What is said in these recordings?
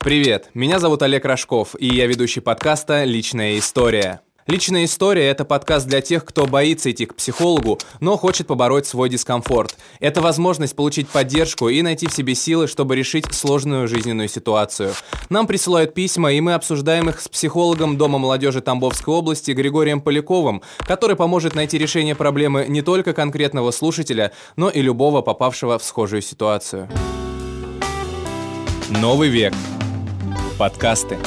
Привет, меня зовут Олег Рожков, и я ведущий подкаста «Личная история». «Личная история» — это подкаст для тех, кто боится идти к психологу, но хочет побороть свой дискомфорт. Это возможность получить поддержку и найти в себе силы, чтобы решить сложную жизненную ситуацию. Нам присылают письма, и мы обсуждаем их с психологом Дома молодежи Тамбовской области Григорием Поляковым, который поможет найти решение проблемы не только конкретного слушателя, но и любого попавшего в схожую ситуацию. Новый век. Подкасты.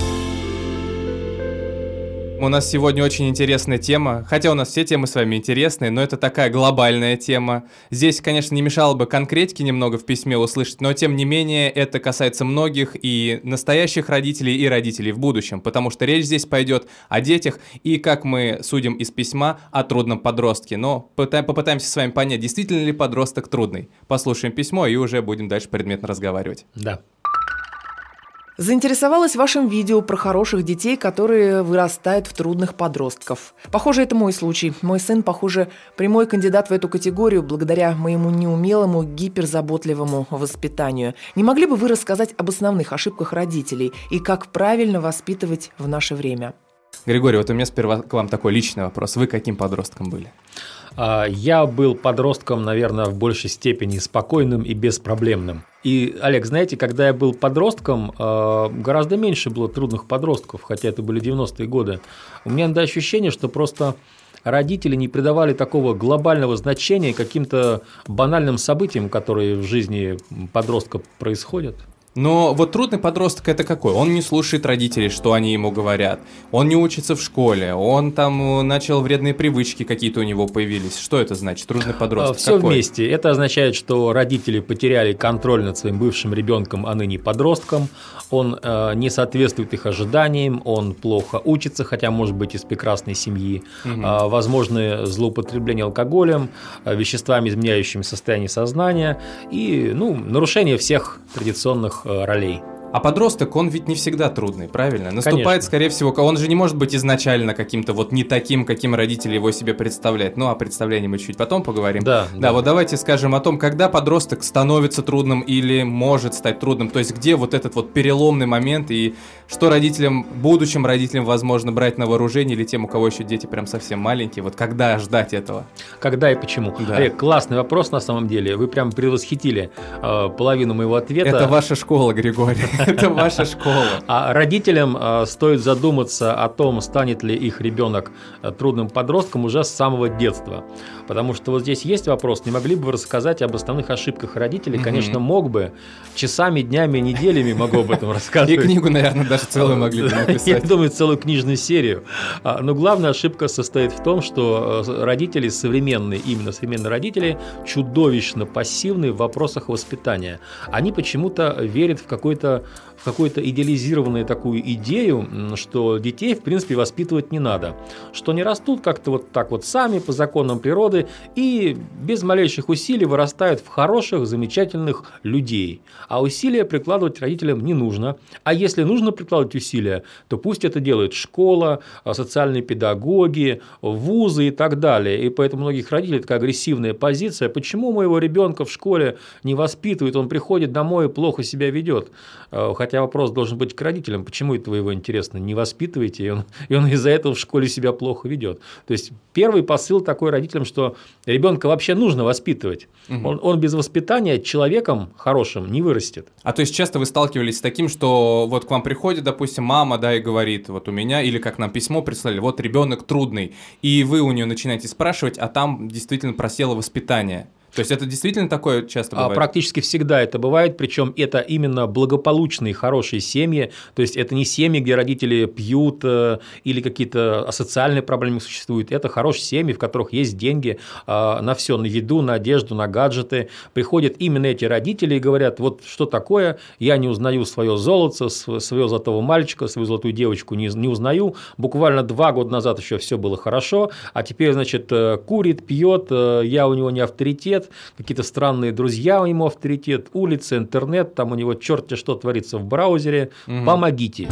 У нас сегодня очень интересная тема, хотя у нас все темы с вами интересные, но это такая глобальная тема. Здесь, конечно, не мешало бы конкретики немного в письме услышать, но тем не менее это касается многих и настоящих родителей, и родителей в будущем, потому что речь здесь пойдет о детях и, как мы судим из письма, о трудном подростке. Но попытаемся с вами понять, действительно ли подросток трудный. Послушаем письмо и уже будем дальше предметно разговаривать. Да. Заинтересовалась вашим видео про хороших детей, которые вырастают в трудных подростков. Похоже, это мой случай. Мой сын, похоже, прямой кандидат в эту категорию благодаря моему неумелому, гиперзаботливому воспитанию. Не могли бы вы рассказать об основных ошибках родителей и как правильно воспитывать в наше время? Григорий, вот у меня сперва к вам такой личный вопрос. Вы каким подростком были? Я был подростком, наверное, в большей степени спокойным и беспроблемным. И, Олег, знаете, когда я был подростком, гораздо меньше было трудных подростков, хотя это были 90-е годы. У меня иногда ощущение, что просто родители не придавали такого глобального значения каким-то банальным событиям, которые в жизни подростка происходят. Но вот трудный подросток — это какой? Он не слушает родителей, что они ему говорят. Он не учится в школе. Он там начал вредные привычки какие-то у него появились. Что это значит? Трудный подросток Все какой? вместе. Это означает, что родители потеряли контроль над своим бывшим ребенком, а ныне подростком. Он не соответствует их ожиданиям, он плохо учится, хотя может быть из прекрасной семьи. Возможны злоупотребление алкоголем, веществами, изменяющими состояние сознания и нарушение всех традиционных ролей. А подросток, он ведь не всегда трудный, правильно? Наступает, Конечно. скорее всего, он же не может быть изначально каким-то вот не таким, каким родители его себе представляют. Ну, о представлении мы чуть потом поговорим. Да. Вот давайте скажем о том, когда подросток становится трудным или может стать трудным. То есть, где вот этот вот переломный момент и что родителям, будущим родителям, возможно, брать на вооружение или тем, у кого еще дети прям совсем маленькие. Вот когда ждать этого? Когда и почему? Да. Олег, классный вопрос на самом деле. Вы прям предвосхитили половину моего ответа. Это ваша школа, Григорий. Это ваша школа. А родителям стоит задуматься о том, станет ли их ребенок трудным подростком уже с самого детства. Потому что вот здесь есть вопрос, не могли бы вы рассказать об основных ошибках родителей? Конечно, мог бы. Часами, днями, неделями могу об этом рассказывать. И книгу, наверное, даже целую могли бы написать. Я думаю, целую книжную серию. Но главная ошибка состоит в том, что родители современные, именно современные родители, чудовищно пассивны в вопросах воспитания. Они почему-то верят в какую-то идеализированную такую идею, что детей, в принципе, воспитывать не надо. Что они растут как-то вот так вот сами, по законам природы, и без малейших усилий вырастают в хороших, замечательных людей. А усилия прикладывать родителям не нужно. А если нужно прикладывать усилия, то пусть это делает школа, социальные педагоги, вузы и так далее. И поэтому у многих родителей такая агрессивная позиция. Почему моего ребенка в школе не воспитывают, он приходит домой и плохо себя ведет? Хотя вопрос должен быть к родителям, почему это вы его, интересно, не воспитываете, и он из-за этого в школе себя плохо ведет. То есть первый посыл такой родителям, что ребенка вообще нужно воспитывать. Он без воспитания человеком хорошим не вырастет. А то есть часто вы сталкивались с таким, что вот к вам приходит, допустим, мама, да, и говорит, вот у меня, или как нам письмо прислали, вот ребенок трудный, и вы у нее начинаете спрашивать, а там действительно просело воспитание. То есть это действительно такое часто бывает? Практически всегда это бывает, причем это именно благополучные, хорошие семьи, то есть это не семьи, где родители пьют или какие-то асоциальные проблемы существуют, это хорошие семьи, в которых есть деньги на все, на еду, на одежду, на гаджеты. Приходят именно эти родители и говорят, вот что такое, я не узнаю свое золото, своего золотого мальчика, свою золотую девочку не узнаю, буквально 2 года назад еще все было хорошо, а теперь, значит, курит, пьет, я у него не авторитет, какие-то странные друзья у него авторитет, улица, интернет, там у него черт-те что творится в браузере. Помогите.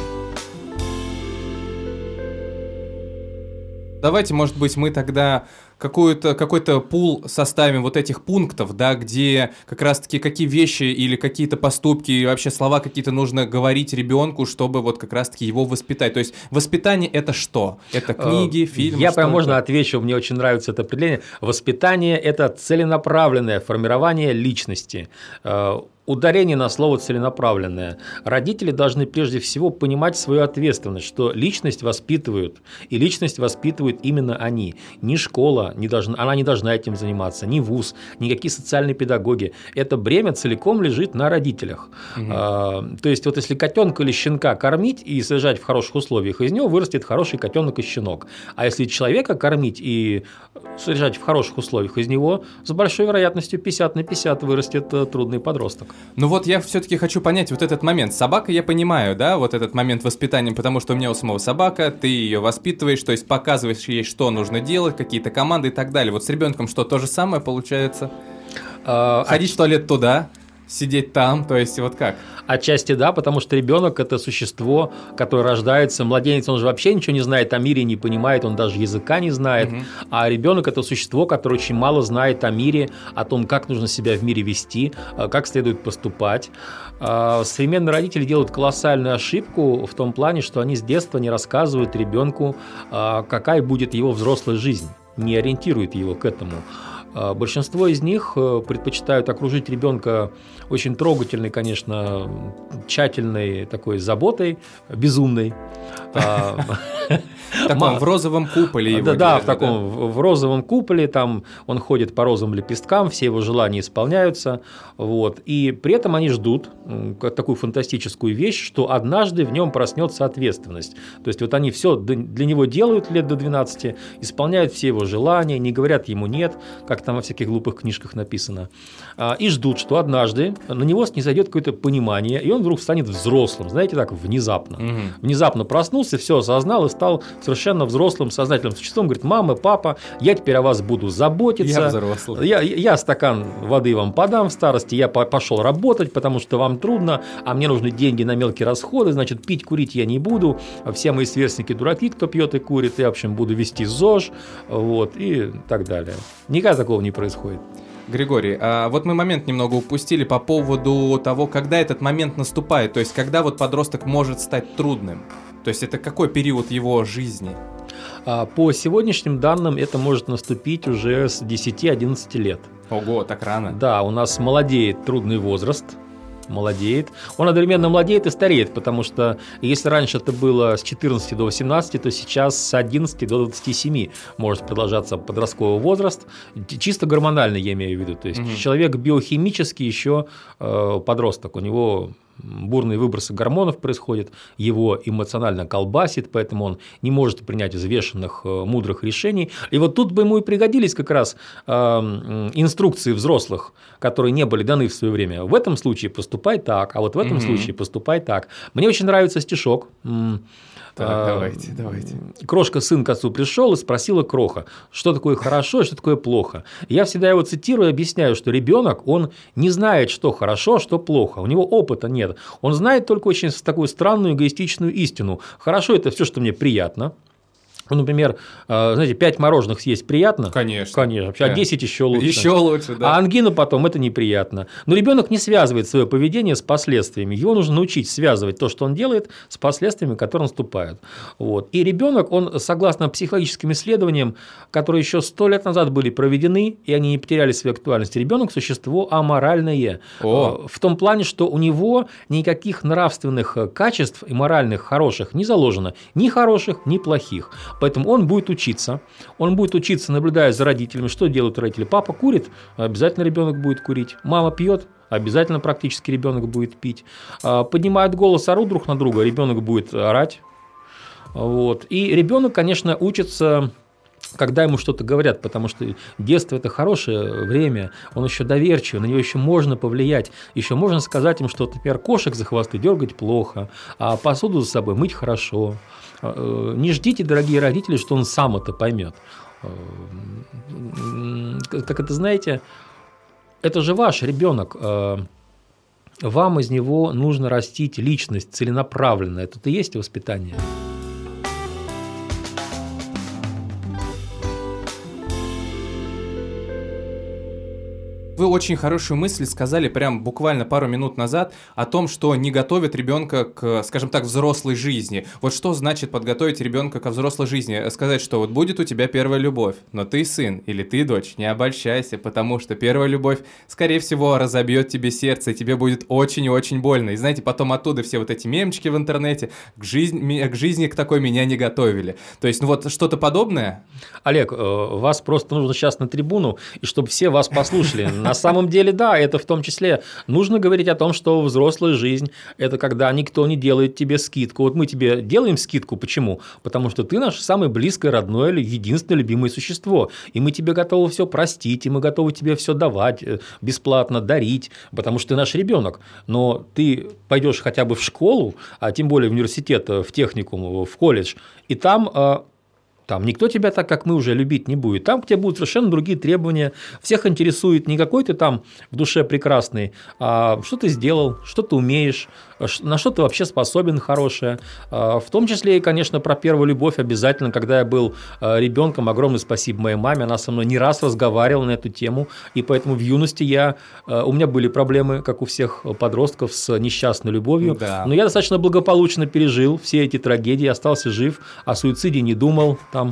Давайте, может быть, мы тогда какой-то пул составим вот этих пунктов, да, где как раз-таки какие вещи или какие-то поступки, или вообще слова какие-то нужно говорить ребенку, чтобы вот как раз-таки его воспитать. То есть воспитание – это что? Это книги, фильмы? Я прям можно отвечу, мне очень нравится это определение. Воспитание – это целенаправленное формирование личности. Ударение на слово «целенаправленное». Родители должны прежде всего понимать свою ответственность, что личность воспитывают, и личность воспитывают именно они. Ни школа, она не должна этим заниматься, ни вуз, никакие социальные педагоги. Это бремя целиком лежит на родителях. То есть, вот если котенка или щенка кормить и содержать в хороших условиях, из него вырастет хороший котенок и щенок. А если человека кормить и содержать в хороших условиях, из него с большой вероятностью 50/50 вырастет трудный подросток. Ну вот я все-таки хочу понять вот этот момент. Собака, я понимаю, да, вот этот момент воспитания, потому что у меня у самого собака, ты ее воспитываешь, то есть показываешь ей, что нужно делать, какие-то команды и так далее. Вот с ребенком что, то же самое получается? Ходить в туалет туда, сидеть там, то есть вот как? Отчасти да, потому что ребенок – это существо, которое рождается. Младенец, он же вообще ничего не знает о мире, не понимает, он даже языка не знает. А ребенок – это существо, которое очень мало знает о мире, о том, как нужно себя в мире вести, как следует поступать. Современные родители делают колоссальную ошибку в том плане, что они с детства не рассказывают ребенку, какая будет его взрослая жизнь, не ориентируют его к этому. Большинство из них предпочитают окружить ребенка очень трогательной, конечно, тщательной такой заботой, безумной. В таком в розовом куполе его. Да, в таком в розовом куполе, там он ходит по розовым лепесткам, все его желания исполняются. Вот. И при этом они ждут такую фантастическую вещь, что однажды в нем проснется ответственность. То есть вот они все для него делают лет до 12, исполняют все его желания, не говорят ему «нет», как там во всяких глупых книжках написано. И ждут, что однажды на него снизойдет какое-то понимание, и он вдруг станет взрослым, знаете, так внезапно. Внезапно проснулся, все осознал и стал совершенно взрослым, сознательным существом. Говорит: мама, папа, я теперь о вас буду заботиться. Я взрослый. Я стакан воды вам подам в старости, я пошел работать, потому что вам трудно, а мне нужны деньги на мелкие расходы, значит, пить, курить я не буду. Все мои сверстники дураки, кто пьет и курит, я, в общем, буду вести ЗОЖ, вот, и так далее. Никогда такого не происходит. Григорий, вот мы момент немного упустили по поводу того, когда этот момент наступает, то есть когда вот подросток может стать трудным. То есть это какой период его жизни? По сегодняшним данным это может наступить уже с 10-11 лет. Ого, так рано. Да, у нас молодеет трудный возраст. Молодеет. Он одновременно молодеет и стареет, потому что если раньше это было с 14 до 18, то сейчас с 11 до 27 может продолжаться подростковый возраст. Чисто гормональный, я имею в виду. То есть человек биохимически еще подросток, у него бурные выбросы гормонов происходят, его эмоционально колбасит, поэтому он не может принять взвешенных, мудрых решений. И вот тут бы ему и пригодились как раз инструкции взрослых, которые не были даны в свое время. В этом случае поступай так, а вот в этом случае поступай так. Мне очень нравится стишок. Так, давайте. Крошка сын к отцу пришел и спросила кроха, что такое хорошо, что такое плохо. Я всегда его цитирую и объясняю, что ребенок, он не знает, что хорошо, что плохо. У него опыта нет. Он знает только очень такую странную эгоистичную истину. Хорошо – это все, что мне приятно. Ну, например, знаете, 5 мороженых съесть приятно? Конечно. А 10 еще лучше. Еще лучше, да. А ангина потом – это неприятно. Но ребенок не связывает свое поведение с последствиями. Его нужно научить связывать то, что он делает, с последствиями, которые наступают. Вот. И ребенок, он, согласно психологическим исследованиям, которые еще 100 лет назад были проведены, и они не потеряли свою актуальность, ребенок – существо аморальное. В том плане, что у него никаких нравственных качеств и моральных хороших не заложено. Ни хороших, ни плохих. Поэтому он будет учиться, наблюдая за родителями, что делают родители. Папа курит, обязательно ребенок будет курить. Мама пьет, обязательно практически ребенок будет пить. Поднимают голос, орут друг на друга, ребенок будет орать. Вот. И ребенок, конечно, учится, когда ему что-то говорят, потому что детство – это хорошее время, он еще доверчивый, на него еще можно повлиять, еще можно сказать им, что, например, кошек за хвосты дергать плохо, а посуду за собой мыть хорошо. Не ждите, дорогие родители, что он сам это поймет. Как это знаете, это же ваш ребенок. Вам из него нужно растить личность целенаправленно. Это и есть воспитание. Вы очень хорошую мысль сказали прям буквально пару минут назад о том, что не готовят ребенка к, скажем так, взрослой жизни. Вот что значит подготовить ребенка ко взрослой жизни? Сказать, что вот будет у тебя первая любовь, но ты сын или ты дочь, не обольщайся, потому что первая любовь, скорее всего, разобьет тебе сердце, и тебе будет очень и очень больно. И знаете, потом оттуда все вот эти мемчики в интернете, к жизни к такой меня не готовили. То есть, ну вот что-то подобное? Олег, вас просто нужно сейчас на трибуну, и чтобы все вас послушали. На самом деле, да, это в том числе нужно говорить о том, что взрослая жизнь – это когда никто не делает тебе скидку. Вот мы тебе делаем скидку, почему? Потому что ты наше самое близкое, родное, единственное любимое существо, и мы тебе готовы все простить, и мы готовы тебе все давать бесплатно, дарить, потому что ты наш ребенок. Но ты пойдешь хотя бы в школу, а тем более в университет, в техникум, в колледж, и там никто тебя так, как мы, уже любить не будет. Там к тебе будут совершенно другие требования. Всех интересует не какой ты там в душе прекрасный, а что ты сделал, что ты умеешь, на что ты вообще способен хорошее. В том числе и, конечно, про первую любовь обязательно. Когда я был ребенком, огромное спасибо моей маме, она со мной не раз разговаривала на эту тему, и поэтому в юности у меня были проблемы, как у всех подростков, с несчастной любовью. Да. Но я достаточно благополучно пережил все эти трагедии, остался жив, о суициде не думал.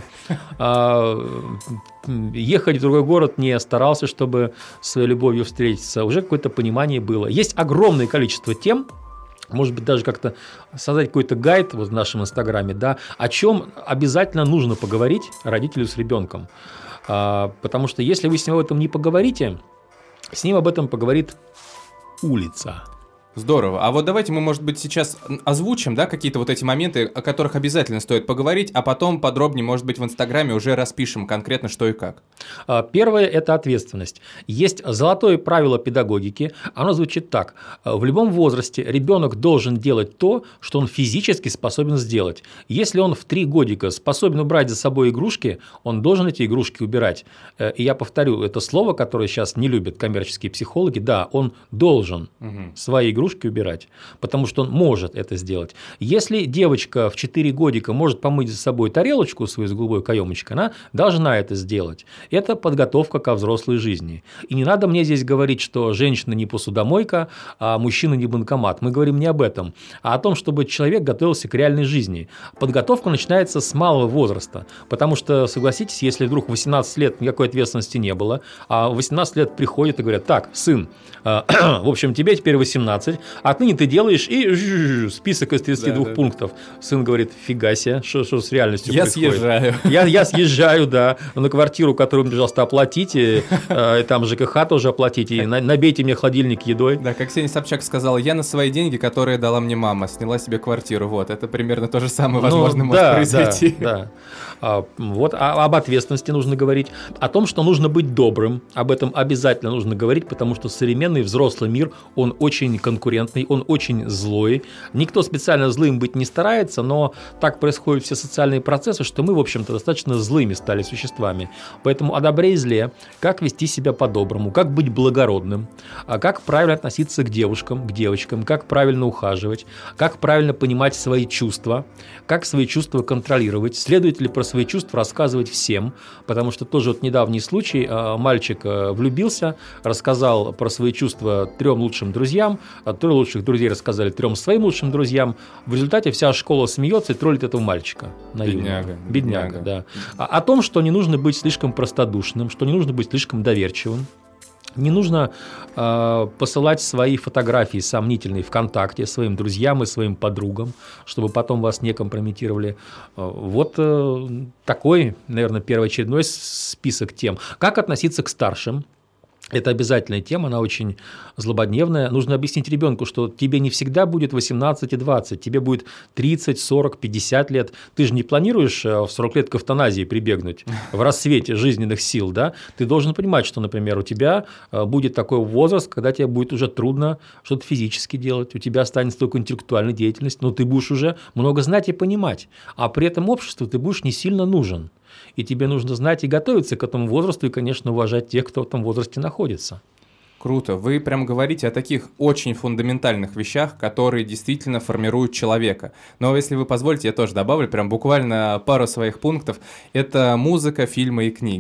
Ехать в другой город не старался, чтобы с своей любовью встретиться. Уже какое-то понимание было. Есть огромное количество тем, может быть, даже как-то создать какой-то гайд вот в нашем инстаграме, да, о чем обязательно нужно поговорить родителю с ребенком. Потому что если вы с ним об этом не поговорите, с ним об этом поговорит улица. Здорово. А вот давайте мы, может быть, сейчас озвучим, да, какие-то вот эти моменты, о которых обязательно стоит поговорить, а потом подробнее, может быть, в Инстаграме уже распишем конкретно, что и как. Первое – это ответственность. Есть золотое правило педагогики. Оно звучит так. В любом возрасте ребенок должен делать то, что он физически способен сделать. Если он в 3 годика способен убрать за собой игрушки, он должен эти игрушки убирать. И я повторю, это слово, которое сейчас не любят коммерческие психологи, да, он должен свои игрушки убирать, потому что он может это сделать. Если девочка в 4 годика может помыть за собой тарелочку свою с голубой каемочкой, она должна это сделать. Это подготовка ко взрослой жизни. И не надо мне здесь говорить, что женщина не посудомойка, а мужчина не банкомат. Мы говорим не об этом, а о том, чтобы человек готовился к реальной жизни. Подготовка начинается с малого возраста, потому что, согласитесь, если вдруг в 18 лет никакой ответственности не было, а в 18 лет приходят и говорят: так, сын, в общем, тебе теперь 18, отныне ты делаешь и список из 32 пунктов. Сын говорит: фига себе, что с реальностью происходит. Съезжаю. Я съезжаю, да, на квартиру, которую, пожалуйста, оплатите, там ЖКХ тоже оплатите, и набейте мне холодильник едой. Да, как Ксения Собчак сказала, я на свои деньги, которые дала мне мама, сняла себе квартиру. Вот, это примерно то же самое, возможно, может произойти. Да. Вот об ответственности нужно говорить, о том, что нужно быть добрым, об этом обязательно нужно говорить, потому что современный взрослый мир, он очень конкурентный, он очень злой. Никто специально злым быть не старается, но так происходят все социальные процессы, что мы, в общем-то, достаточно злыми стали существами. Поэтому о добре и зле, как вести себя по-доброму, как быть благородным, как правильно относиться к девушкам, к девочкам, как правильно ухаживать, как правильно понимать свои чувства, как свои чувства контролировать, следует ли про свои чувства рассказывать всем, потому что тоже вот недавний случай, мальчик влюбился, рассказал про свои чувства 3 лучшим друзьям, 3 лучших друзей рассказали 3 своим лучшим друзьям, в результате вся школа смеется и троллит этого мальчика. Бедняга, да. О том, что не нужно быть слишком простодушным, что не нужно быть слишком доверчивым. Не нужно посылать свои фотографии сомнительные ВКонтакте своим друзьям и своим подругам, чтобы потом вас не компрометировали. Вот такой, наверное, первоочередной список тем. Как относиться к старшим? Это обязательная тема, она очень злободневная. Нужно объяснить ребенку, что тебе не всегда будет 18 и 20, тебе будет 30, 40, 50 лет. Ты же не планируешь в 40 лет к эвтаназии прибегнуть в рассвете жизненных сил, да? Ты должен понимать, что, например, у тебя будет такой возраст, когда тебе будет уже трудно что-то физически делать, у тебя останется только интеллектуальная деятельность, но ты будешь уже много знать и понимать, а при этом обществу ты будешь не сильно нужен. И тебе нужно знать и готовиться к этому возрасту, и, конечно, уважать тех, кто в этом возрасте находится. Круто. Вы прям говорите о таких очень фундаментальных вещах, которые действительно формируют человека. Но если вы позволите, я тоже добавлю прям буквально пару своих пунктов. Это музыка, фильмы и книги.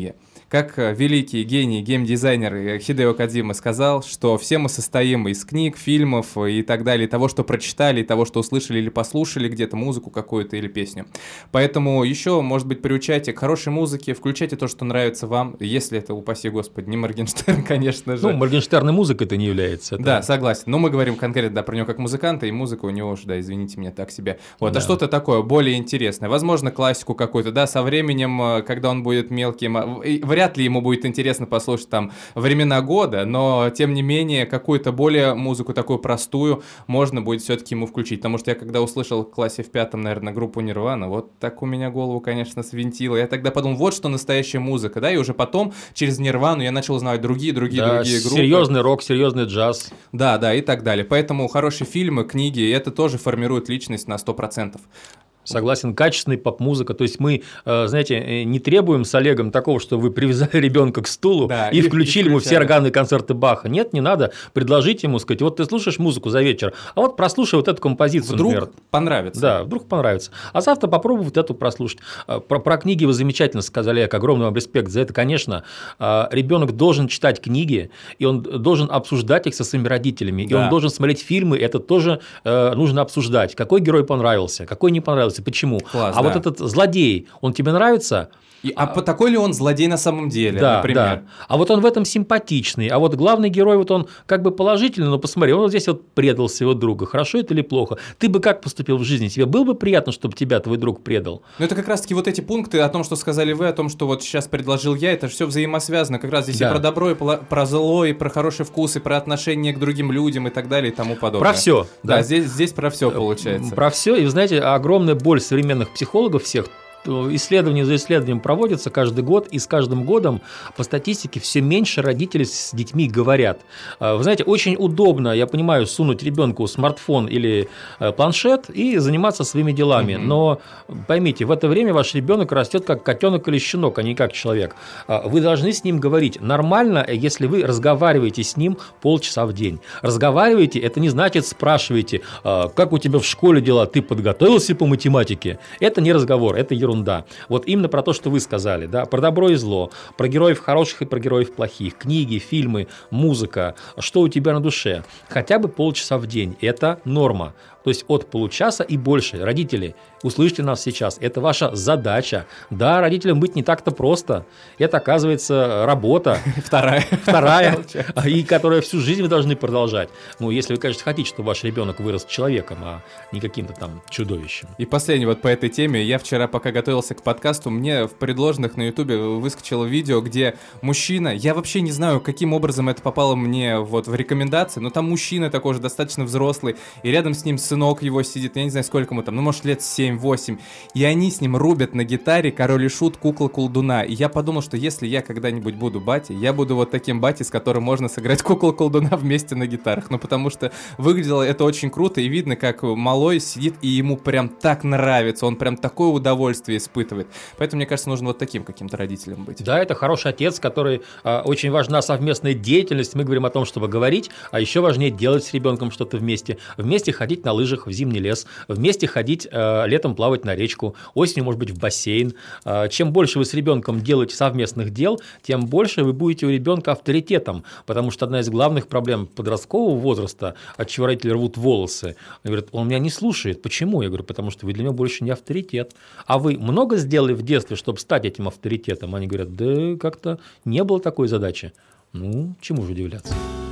Как великий гений геймдизайнер Хидео Кодзима сказал, что все мы состоим из книг, фильмов и так далее, того, что прочитали, того, что услышали или послушали где-то музыку какую-то или песню. Поэтому еще, может быть, приучайте к хорошей музыке, включайте то, что нравится вам, если это, упаси Господи, не Моргенштерн, конечно же. Ну, Моргенштерн и музыка это не является. Да, согласен. Но мы говорим конкретно про него как музыканта, и музыка у него уже, да, извините меня, так себе. Вот, да. А что-то такое более интересное. Возможно, классику какую-то, да, со временем, когда он будет мелким, вряд ли ему будет интересно послушать там времена года, но, тем не менее, какую-то более музыку такую простую можно будет все-таки ему включить. Потому что я когда услышал в классе в 5, наверное, группу Нирвана, вот так у меня голову, конечно, свинтило. Я тогда подумал, вот что настоящая музыка, да, и уже потом через Нирвану я начал узнавать другие группы. Серьезный рок, серьезный джаз. Да, и так далее. Поэтому хорошие фильмы, книги, это тоже формирует личность на 100%. Согласен, качественная поп-музыка. То есть мы, знаете, не требуем с Олегом такого, что вы привязали ребенка к стулу и включили ему все органные концерты Баха. Нет, не надо. Предложите ему, сказать, вот ты слушаешь музыку за вечер, а вот прослушай вот эту композицию. Вдруг например. понравится. Да, вдруг понравится. А завтра попробуй вот эту прослушать. Про книги вы замечательно сказали, Олег, огромный вам респект за это. Конечно, ребенок должен читать книги, и он должен обсуждать их со своими родителями, и он должен смотреть фильмы, это тоже нужно обсуждать. Какой герой понравился, какой не понравился. Почему? Класс, вот этот злодей, он тебе нравится? Такой ли он злодей на самом деле, например? Да. А вот он в этом симпатичный, а вот главный герой, вот он как бы положительный, но посмотри, он вот здесь вот предал своего друга, хорошо это или плохо? Ты бы как поступил в жизни? Тебе было бы приятно, чтобы тебя твой друг предал? Ну, это как раз-таки вот эти пункты о том, что сказали вы, о том, что вот сейчас предложил я, это все взаимосвязано, как раз здесь и про добро, и про зло, и про хороший вкус, и про отношение к другим людям, и так далее, и тому подобное. Про все. Да, здесь про все получается. Про все, и вы знаете, огромная боль современных психологов всех, исследования за исследованием проводятся каждый год, и с каждым годом по статистике все меньше родителей с детьми говорят. Вы знаете, очень удобно, я понимаю, сунуть ребенку смартфон или планшет и заниматься своими делами, но поймите, в это время ваш ребенок растет как котенок или щенок, а не как человек. Вы должны с ним говорить. Нормально, если вы разговариваете с ним полчаса в день. Разговариваете, это не значит спрашиваете, как у тебя в школе дела, ты подготовился по математике? Это не разговор, это ерунда. Вот именно про то, что вы сказали, да, про добро и зло, про героев хороших и про героев плохих, книги, фильмы, музыка, что у тебя на душе, хотя бы полчаса в день, это норма. То есть от получаса и больше. Родители, услышьте нас сейчас, это ваша задача. Да, родителям быть не так-то просто. Это, оказывается, работа. Вторая. И которая всю жизнь вы должны продолжать. Ну, если вы, конечно, хотите, чтобы ваш ребенок вырос человеком, а не каким-то там чудовищем. И последнее вот по этой теме. Я вчера, пока готовился к подкасту, мне в предложенных на Ютубе выскочило видео, где мужчина, я вообще не знаю, каким образом это попало мне вот в рекомендации, но там мужчина такой же, достаточно взрослый, и рядом с ним сынок его сидит, я не знаю, сколько ему там, ну, может, лет 7-8, и они с ним рубят на гитаре «Король и Шут. Кукла-колдуна». И я подумал, что если я когда-нибудь буду батей, я буду вот таким батей, с которым можно сыграть кукла-колдуна вместе на гитарах. Ну, потому что выглядело это очень круто, и видно, как малой сидит, и ему прям так нравится, он прям такое удовольствие испытывает. Поэтому, мне кажется, нужно вот таким каким-то родителем быть. Да, это хороший отец, который очень важна совместная деятельность. Мы говорим о том, чтобы говорить, а еще важнее делать с ребенком что-то вместе. Вместе ходить на лыжах в зимний лес, вместе ходить летом плавать на речку, осенью, может быть, в бассейн. Чем больше вы с ребенком делаете совместных дел, тем больше вы будете у ребенка авторитетом, потому что одна из главных проблем подросткового возраста, от чего родители рвут волосы, они говорят, он меня не слушает. Почему? Я говорю, потому что вы для него больше не авторитет. А вы много сделали в детстве, чтобы стать этим авторитетом? Они говорят, да как-то не было такой задачи. Ну, чему же удивляться?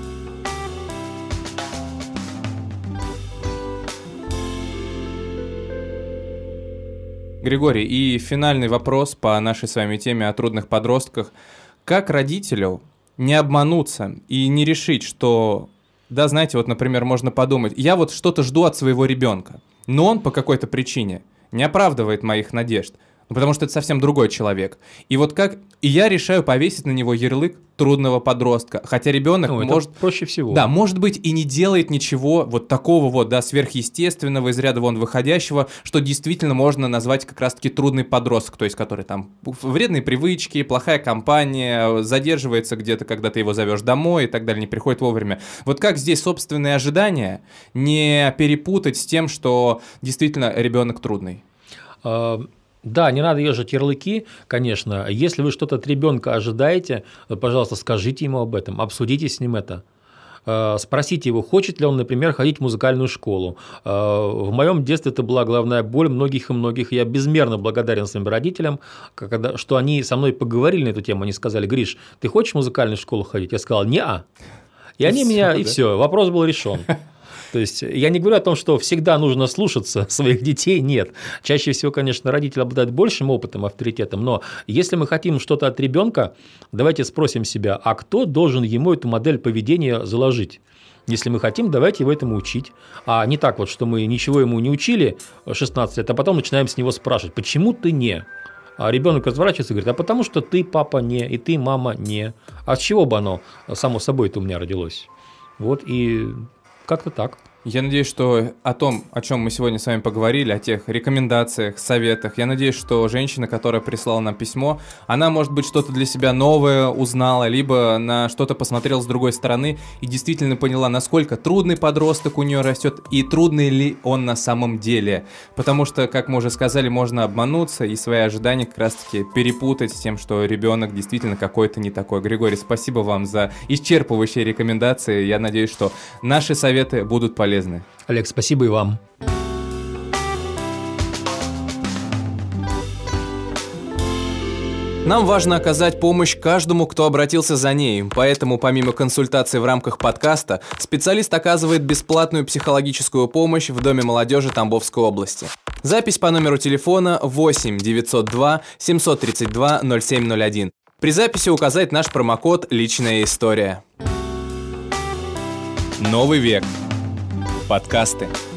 Григорий, и финальный вопрос по нашей с вами теме о трудных подростках. Как родителю не обмануться и не решить, что, да, знаете, вот, например, можно подумать, я вот что-то жду от своего ребенка, но он по какой-то причине не оправдывает моих надежд, потому что это совсем другой человек. И вот как... И я решаю повесить на него ярлык трудного подростка. Хотя ребенок может... проще всего. Да, может быть, и не делает ничего вот такого вот, да, сверхъестественного, из ряда вон выходящего, что действительно можно назвать как раз-таки трудный подросток, то есть который там вредные привычки, плохая компания, задерживается где-то, когда ты его зовешь домой и так далее, не приходит вовремя. Вот как здесь собственные ожидания не перепутать с тем, что действительно ребенок трудный? Да, не надо ежить ярлыки, конечно. Если вы что-то от ребенка ожидаете, пожалуйста, скажите ему об этом, обсудите с ним это. Спросите его, хочет ли он, например, ходить в музыкальную школу. В моем детстве это была головная боль многих и многих. Я безмерно благодарен своим родителям, что они со мной поговорили на эту тему. Они сказали: Гриш, ты хочешь в музыкальную школу ходить? Я сказал: не-а. И они меня, и все, вопрос был решен. То есть я не говорю о том, что всегда нужно слушаться своих детей, нет. Чаще всего, конечно, родители обладают большим опытом, авторитетом, но если мы хотим что-то от ребенка, давайте спросим себя, а кто должен ему эту модель поведения заложить? Если мы хотим, давайте его этому учить. А не так вот, что мы ничего ему не учили 16 лет, а потом начинаем с него спрашивать, почему ты не? А ребенок разворачивается и говорит: а потому что ты, папа, не, и ты, мама, не. А с чего бы оно само собой-то у меня родилось? Вот и как-то так. Я надеюсь, что о том, о чем мы сегодня с вами поговорили, о тех рекомендациях, советах, я надеюсь, что женщина, которая прислала нам письмо, она, может быть, что-то для себя новое узнала, либо на что-то посмотрела с другой стороны и действительно поняла, насколько трудный подросток у нее растет и трудный ли он на самом деле. Потому что, как мы уже сказали, можно обмануться и свои ожидания как раз-таки перепутать с тем, что ребенок действительно какой-то не такой. Григорий, спасибо вам за исчерпывающие рекомендации. Я надеюсь, что наши советы будут полезны. Олег, спасибо и вам. Нам важно оказать помощь каждому, кто обратился за ней, поэтому помимо консультаций в рамках подкаста, специалист оказывает бесплатную психологическую помощь в Доме молодежи Тамбовской области. Запись по номеру телефона 8 902 732 0701. При записи указать наш промокод «Личная история». Новый век. Подкасты.